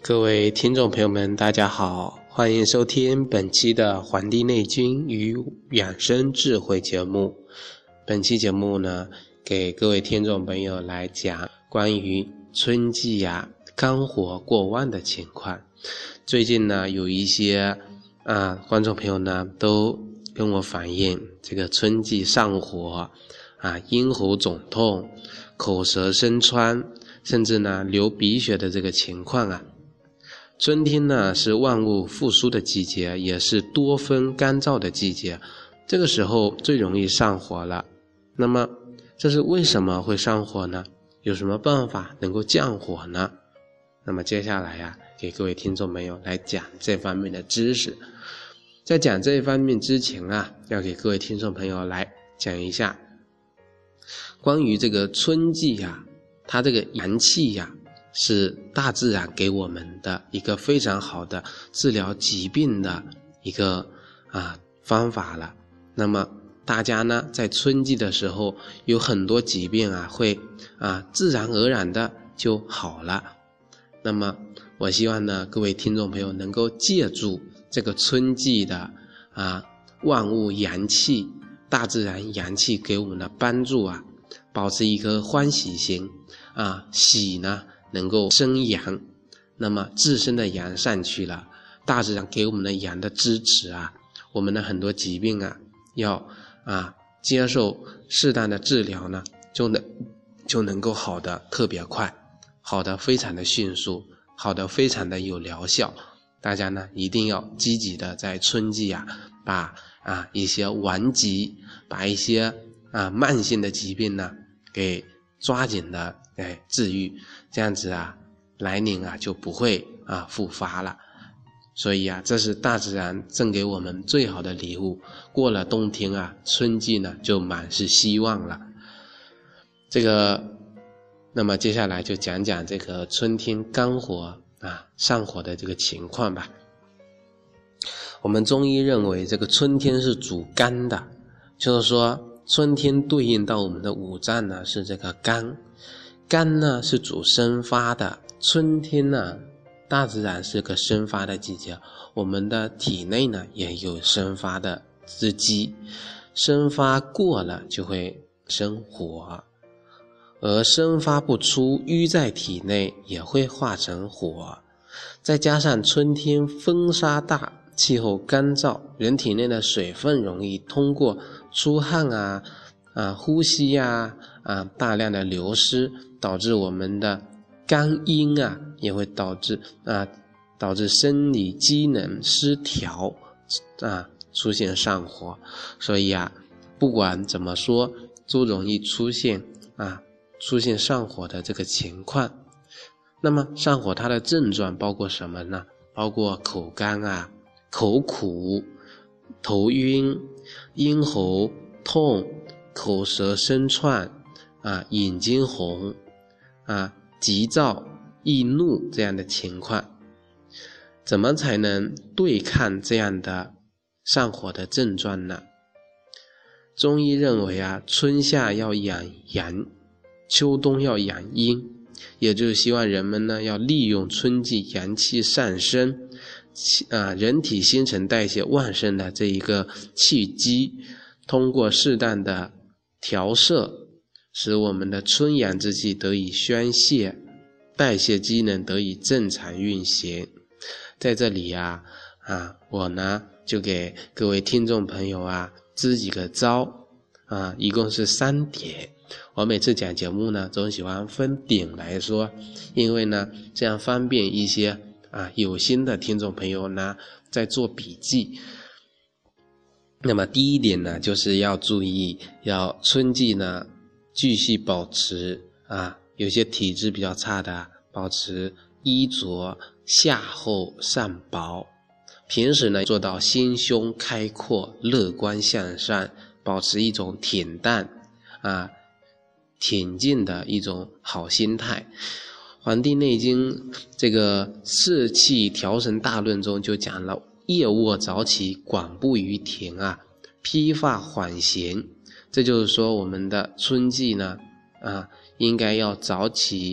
各位听众朋友们，大家好，欢迎收听本期的《黄帝内经与养生智慧》节目。本期节目呢，给各位听众朋友来讲关于春季肝火过旺的情况。最近呢，有一些观众朋友呢都跟我反映，这个春季上火咽喉肿痛、口舌生疮，甚至呢流鼻血的这个情况春天呢是万物复苏的季节，也是多风干燥的季节，这个时候最容易上火了。那么这是为什么会上火呢？有什么办法能够降火呢？那么接下来给各位听众朋友来讲这方面的知识。在讲这一方面之前要给各位听众朋友来讲一下关于这个春季它这个阳气是大自然给我们的一个非常好的治疗疾病的一个方法了。那么大家呢在春季的时候有很多疾病会自然而然的就好了。那么我希望呢各位听众朋友能够借助这个春季的万物阳气，大自然阳气给我们的帮助保持一颗欢喜心喜呢能够生阳，那么自身的阳上去了，大自然给我们的阳的支持我们的很多疾病要接受适当的治疗呢，就能够好的特别快，好的非常的迅速，好的非常的有疗效。大家呢一定要积极的在春季把一些顽疾，把一些慢性的疾病呢给抓紧的治愈，这样子来年就不会复发了。所以这是大自然赠给我们最好的礼物。过了冬天春季呢就满是希望了。那么接下来就讲讲这个春天肝火上火的这个情况吧。我们中医认为这个春天是主肝的，就是说春天对应到我们的五脏呢是这个肝，肝呢是主生发的。春天呢大自然是个生发的季节，我们的体内呢也有生发的之机，生发过了就会生火，而生发不出淤在体内也会化成火。再加上春天风沙大，气候干燥，人体内的水分容易通过出汗呼吸大量的流失，导致我们的肝阴也会导致生理机能失调出现上火。所以不管怎么说都容易出现上火的这个情况。那么上火它的症状包括什么呢？包括口干口苦、头晕、咽喉痛、口舌生疮眼睛红急躁易怒这样的情况。怎么才能对抗这样的上火的症状呢？中医认为春夏要养阳，秋冬要养阴，也就是希望人们呢要利用春季阳气上升人体新陈代谢旺盛的这一个契机，通过适当的调摄，使我们的春阳之气得以宣泄，代谢机能得以正常运行。在这里我呢就给各位听众朋友支几个招一共是3点。我每次讲节目呢总喜欢分点来说，因为呢这样方便一些有心的听众朋友呢在做笔记。那么第一点呢就是要注意，要春季呢继续保持有些体质比较差的保持衣着下厚上薄，平时呢做到心胸开阔，乐观向上，保持一种恬淡恬静的一种好心态。黄帝内经这个士气调神大论中就讲了，夜卧早起，广步于庭披发缓闲。这就是说我们的春季呢应该要早起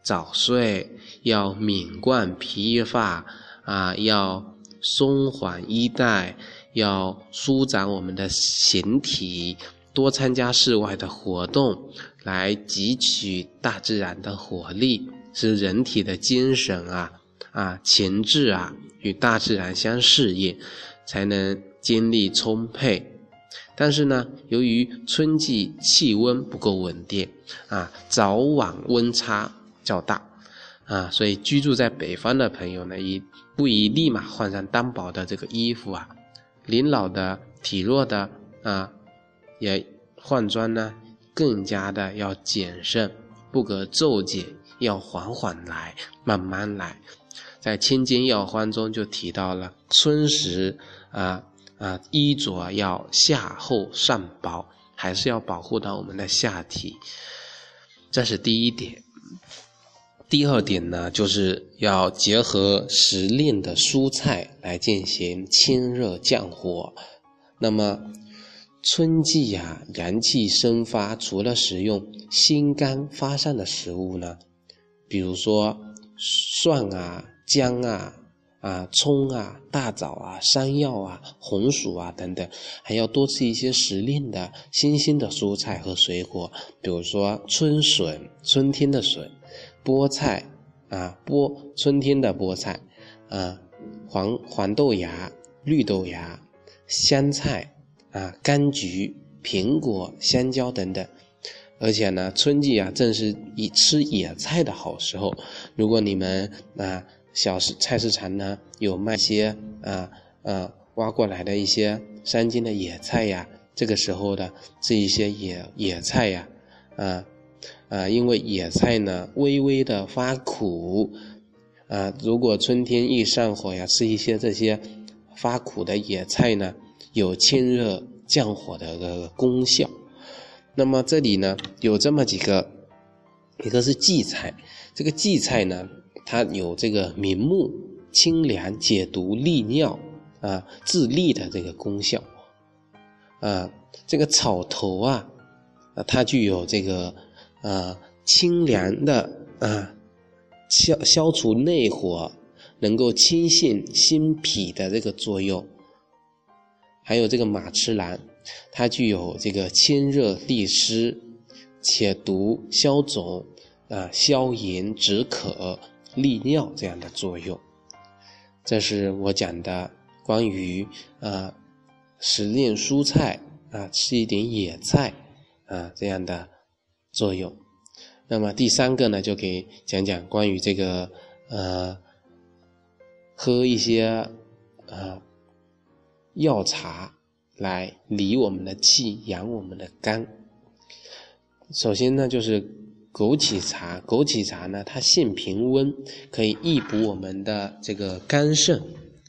早睡，要敏贯披发要松缓衣带，要舒展我们的形体，多参加室外的活动，来汲取大自然的活力，使人体的精神情志与大自然相适应，才能精力充沛。但是呢，由于春季气温不够稳定早晚温差较大所以居住在北方的朋友呢，不宜立马换上单薄的这个衣服年老的体弱的也换装呢更加的要谨慎，不可骤减，要缓缓来，慢慢来。在千金要欢中就提到了春时衣着要夏厚上薄，还是要保护到我们的下体，这是第一点。第二点呢，就是要结合时令的蔬菜来进行清热降火。那么春季阳气生发，除了食用辛甘发散的食物呢，比如说蒜姜葱大枣山药红薯等等，还要多吃一些时令的新鲜的蔬菜和水果，比如说春笋，春天的笋，菠菜春天的菠菜黄豆芽、绿豆芽、香菜柑橘、苹果、香蕉等等。而且呢，春季正是吃野菜的好时候。如果你们小菜市场呢有卖些挖过来的一些山间的野菜这个时候的这一些野菜因为野菜呢微微的发苦如果春天一上火吃一些这些发苦的野菜呢，有清热降火的功效。那么这里呢有这么几个，一个是荠菜，这个荠菜呢它有这个明目、清凉、解毒、利尿治痢的这个功效这个草头它具有这个清凉的消除内火，能够清性心脾的这个作用。还有这个马齿兰，它具有这个清热利湿、解毒消肿消炎止渴、利尿这样的作用。这是我讲的关于时令蔬菜吃一点野菜这样的作用。那么第三个呢，就给讲讲关于这个喝一些药茶来理我们的气，养我们的肝。首先呢，就是枸杞茶。枸杞茶呢，它性平温，可以益补我们的这个肝肾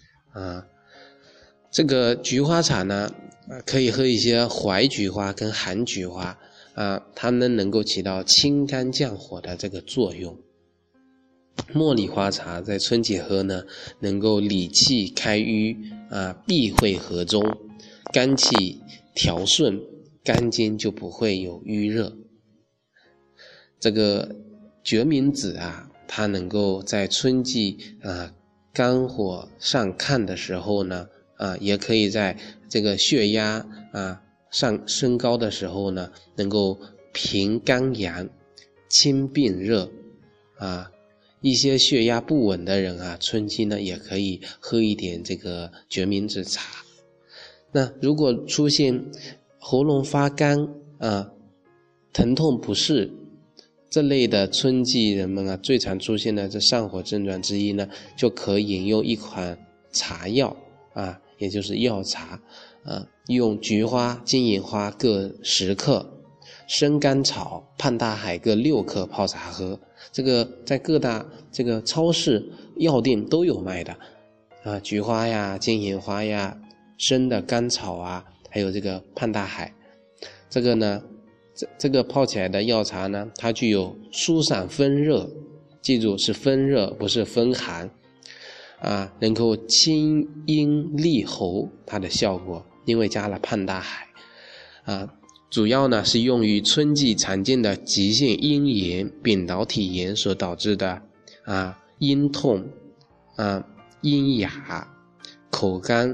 这个菊花茶呢，可以喝一些怀菊花跟寒菊花它们能够起到清肝降火的这个作用。茉莉花茶在春季喝呢，能够理气开瘀闭会和中，肝气调顺，肝经就不会有瘀热。这个决明子它能够在春季肝火上亢的时候呢也可以在这个血压上升高的时候呢，能够平肝阳、清病热一些血压不稳的人春季呢也可以喝一点这个决明子茶。那如果出现喉咙发干疼痛不适这类的春季人们最常出现的这上火症状之一呢，就可以饮用一款茶药也就是药茶用菊花、金银花各10克，生甘草、胖大海各6克泡茶喝。这个在各大这个超市药店都有卖的菊花呀、金银花呀、生的甘草还有这个胖大海。这个呢这个泡起来的药茶呢，它具有疏散风热，记住是风热不是风寒能够清阴利喉它的效果，因为加了胖大海主要呢是用于春季常见的急性阴炎、扁桃体炎所导致的阴痛、阴哑、口干、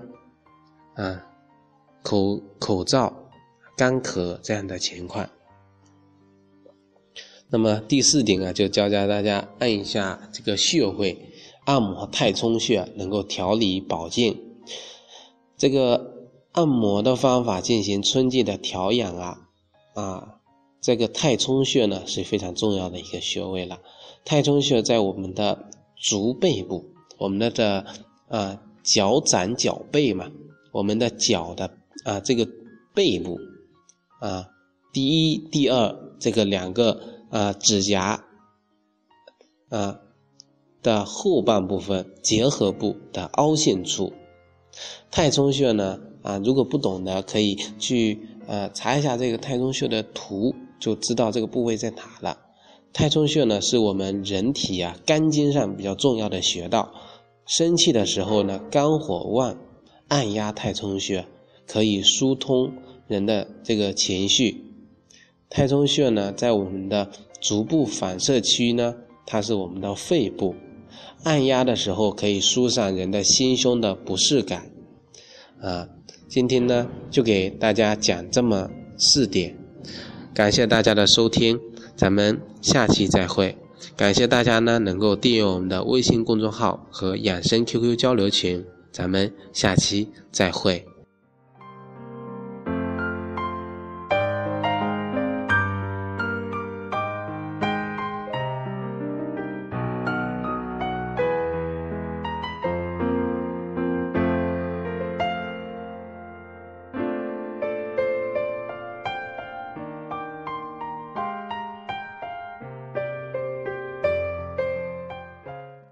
口燥、干咳这样的情况。那么第4点就教大家按一下这个穴位，按摩太冲穴能够调理保健。这个按摩的方法进行春季的调养这个太冲穴呢是非常重要的一个穴位了。太冲穴在我们的足背部，我们的脚掌脚背嘛，我们的脚的这个背部第一、第二这个2个指甲的后半部分结合部的凹陷处。太冲穴呢如果不懂的可以去查一下这个太冲穴的图，就知道这个部位在哪了。太冲穴呢是我们人体肝经上比较重要的穴道，生气的时候呢肝火旺，按压太冲穴可以疏通人的这个情绪。太冲穴呢在我们的足部反射区呢，它是我们的肺部，按压的时候可以疏散人的心胸的不适感今天呢就给大家讲这么4点，感谢大家的收听，咱们下期再会。感谢大家呢能够订阅我们的微信公众号和养生 QQ 交流群，咱们下期再会。